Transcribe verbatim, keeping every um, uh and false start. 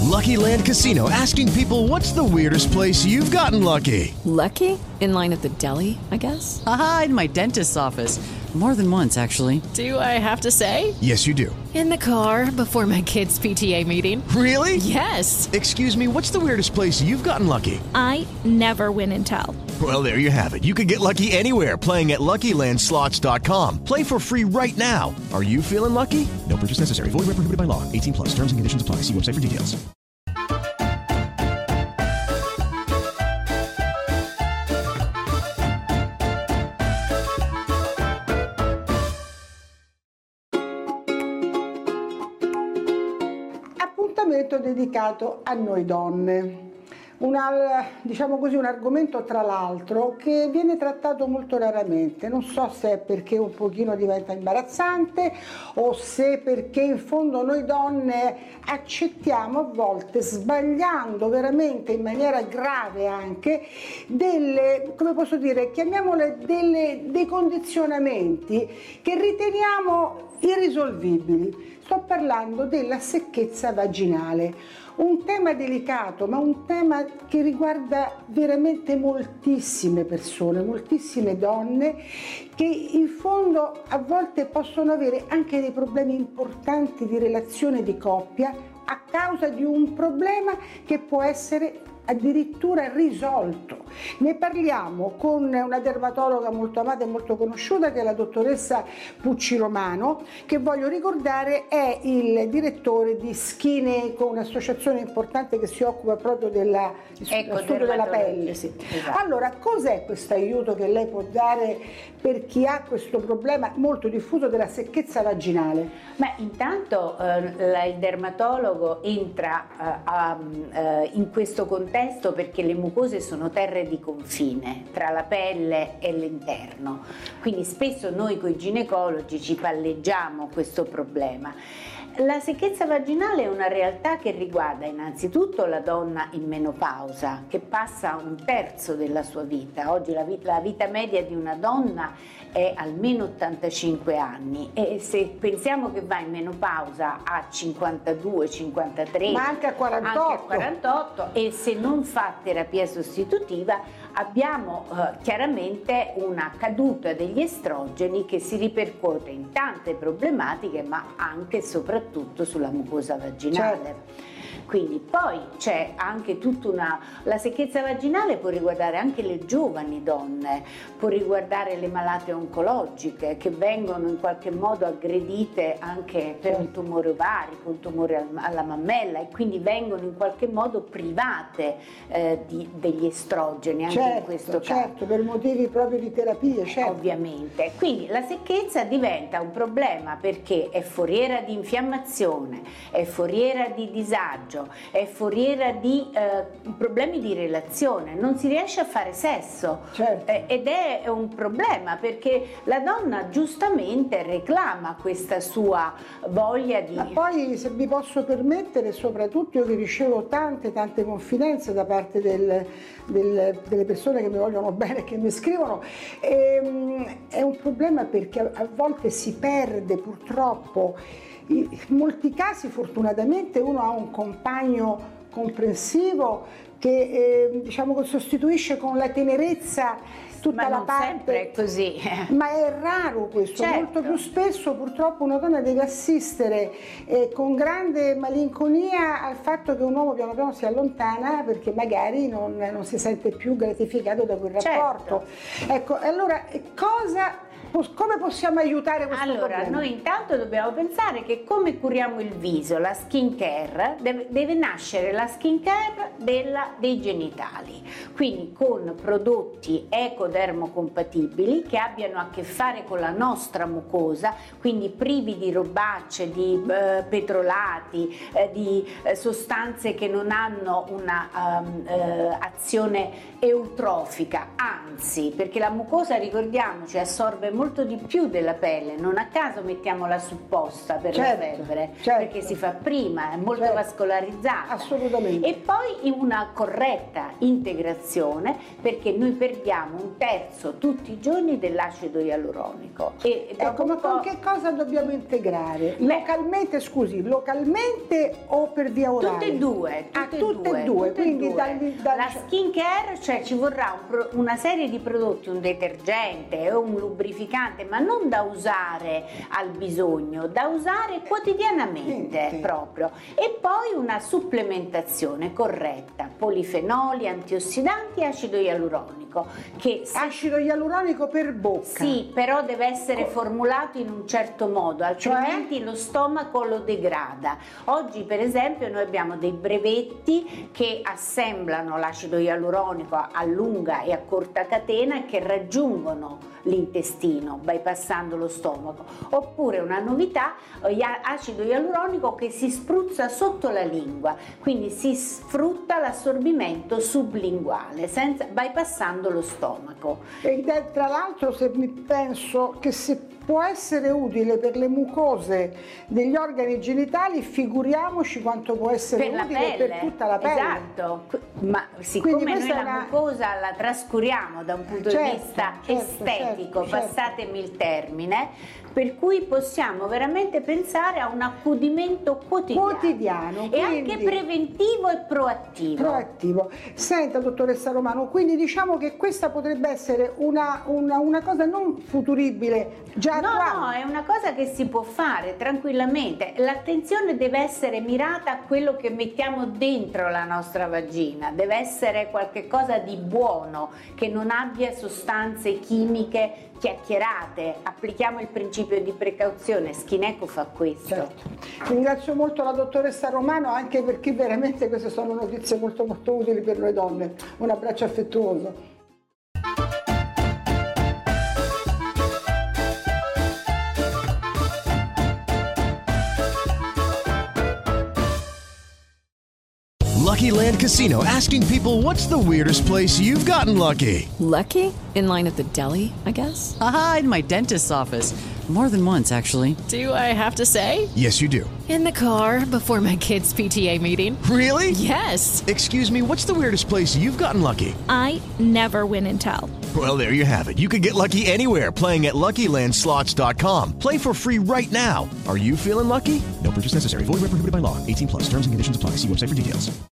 Lucky Land Casino, asking people, what's the weirdest place you've gotten lucky? Lucky? In line at the deli, I guess? Aha, in my dentist's office. More than once, actually. Do I have to say? Yes, you do. In the car before my kids' P T A meeting. Really? Yes. Excuse me, what's the weirdest place you've gotten lucky? I never win and tell. Well, there you have it. You can get lucky anywhere, playing at Lucky Land Slots dot com. Play for free right now. Are you feeling lucky? No purchase necessary. Void where prohibited by law. eighteen plus. Terms and conditions apply. See website for details. Dedicato a noi donne, una, diciamo così, un argomento tra l'altro che viene trattato molto raramente. Non so se è perché un pochino diventa imbarazzante o se perché in fondo noi donne accettiamo a volte, sbagliando veramente in maniera grave anche, delle, come posso dire, chiamiamole delle, dei condizionamenti che riteniamo irrisolvibili. Sto parlando della secchezza vaginale, un tema delicato, ma un tema che riguarda veramente moltissime persone, moltissime donne che in fondo a volte possono avere anche dei problemi importanti di relazione di coppia a causa di un problema che può essere addirittura risolto. Ne parliamo con una dermatologa molto amata e molto conosciuta che è la dottoressa Pucci Romano, che voglio ricordare è il direttore di Skin Eco, un'associazione importante che si occupa proprio della ecco, studio della pelle. Sì. Esatto. Allora, cos'è questo aiuto che lei può dare per chi ha questo problema molto diffuso della secchezza vaginale? Beh, intanto eh, il dermatologo entra eh, a, eh, in questo contesto perché le mucose sono terre di confine tra la pelle e l'interno, quindi spesso noi coi ginecologi ci palleggiamo questo problema. La secchezza vaginale è una realtà che riguarda innanzitutto la donna in menopausa, che passa un terzo della sua vita. Oggi la vita, la vita media di una donna è almeno ottantacinque anni e se pensiamo che va in menopausa a cinquantadue cinquantatré, ma anche a quarantotto, anche a quarantotto e se non fa terapia sostitutiva abbiamo eh, chiaramente una caduta degli estrogeni che si ripercuote in tante problematiche, ma anche e soprattutto sulla mucosa vaginale. Certo. Quindi poi c'è anche tutta una... La secchezza vaginale può riguardare anche le giovani donne, può riguardare le malate oncologiche che vengono in qualche modo aggredite anche per un tumore ovarico, un tumore alla mammella e quindi vengono in qualche modo private eh, di, degli estrogeni anche certo, in questo caso. Certo, per motivi proprio di terapie, certo. Ovviamente. Quindi la secchezza diventa un problema perché è foriera di infiammazione, è foriera di disagio, è foriera di eh, problemi di relazione, non si riesce a fare sesso, certo. eh, ed è un problema perché la donna giustamente reclama questa sua voglia di... Ma poi, se vi posso permettere, soprattutto io che ricevo tante tante confidenze da parte del, del, delle persone che mi vogliono bene, che mi scrivono, ehm, è un problema perché a, a volte si perde purtroppo. In molti casi fortunatamente uno ha un compagno comprensivo che eh, diciamo sostituisce con la tenerezza tutta ma la non parte. sempre è così. Ma è raro questo, certo. Molto più spesso purtroppo una donna deve assistere eh, con grande malinconia al fatto che un uomo piano piano si allontana perché magari non, non si sente più gratificato da quel rapporto. Certo. Ecco, allora cosa... Come possiamo aiutare questo allora, problema? Allora, noi intanto dobbiamo pensare che come curiamo il viso, la skin care, deve, deve nascere la skin care della, dei genitali, quindi con prodotti ecodermocompatibili che abbiano a che fare con la nostra mucosa, quindi privi di robacce, di eh, petrolati, eh, di eh, sostanze che non hanno una um, eh, azione eutrofica, anzi, perché la mucosa, ricordiamoci, assorbe molto di più della pelle, non a caso mettiamo la supposta per Certo, la febbre, certo. perché si fa prima, è molto Certo. vascolarizzata. Assolutamente. E poi una corretta integrazione, perché noi perdiamo un terzo tutti i giorni dell'acido ialuronico. E dopo Ecco, ma un po'- con che cosa dobbiamo integrare? Beh, Localmente, scusi, localmente o per via orale? Tutte e due, Ah, tutte, tutte e e due, due, tutte e quindi due. dagli- dagli- La skin care, cioè ci vorrà un pro- una serie di prodotti, un detergente o un lubrificante, ma non da usare al bisogno, da usare quotidianamente Sì, sì. proprio. E poi una supplementazione corretta, polifenoli, antiossidanti e acido ialuronico, che se Acido ialuronico per bocca. sì, però deve essere formulato in un certo modo, altrimenti lo stomaco lo degrada. Oggi per esempio noi abbiamo dei brevetti che assemblano l'acido ialuronico a lunga e a corta catena e che raggiungono l'intestino bypassando lo stomaco, oppure una novità, ia- acido ialuronico che si spruzza sotto la lingua, quindi si sfrutta l'assorbimento sublinguale senza, bypassando lo stomaco. E de- tra l'altro, se mi penso che se può essere utile per le mucose degli organi genitali, figuriamoci quanto può essere Per la utile pelle, per tutta la pelle. esatto, ma siccome Quindi noi questa la è una- mucosa la trascuriamo da un punto Certo, di vista certo, estetico, certo, certo. passatemi il termine, per cui possiamo veramente pensare a un accudimento quotidiano, Quotidiano, e anche quindi- preventivo e proattivo. Proattivo. Senta, dottoressa Romano, quindi diciamo che questa potrebbe essere una, una, una cosa non futuribile, già No, attuale. no, è una cosa che si può fare tranquillamente. L'attenzione deve essere mirata a quello che mettiamo dentro la nostra vagina, deve essere qualche cosa di buono, che non abbia sostanze chimiche chiacchierate. Applichiamo il principio di precauzione, Skineco fa questo. Certo. Ringrazio molto la dottoressa Romano, anche perché veramente queste sono notizie molto molto utili per noi donne. Un abbraccio affettuoso. Lucky Land Casino, asking people, what's the weirdest place you've gotten lucky? Lucky? In line at the deli, I guess? Aha, in my dentist's office. More than once, actually. Do I have to say? Yes, you do. In the car before my kids' P T A meeting. Really? Yes. Excuse me, what's the weirdest place you've gotten lucky? I never win and tell. Well, there you have it. You can get lucky anywhere, playing at Lucky Land Slots dot com. Play for free right now. Are you feeling lucky? No purchase necessary. Void where prohibited by law. eighteen plus. Terms and conditions apply. See website for details.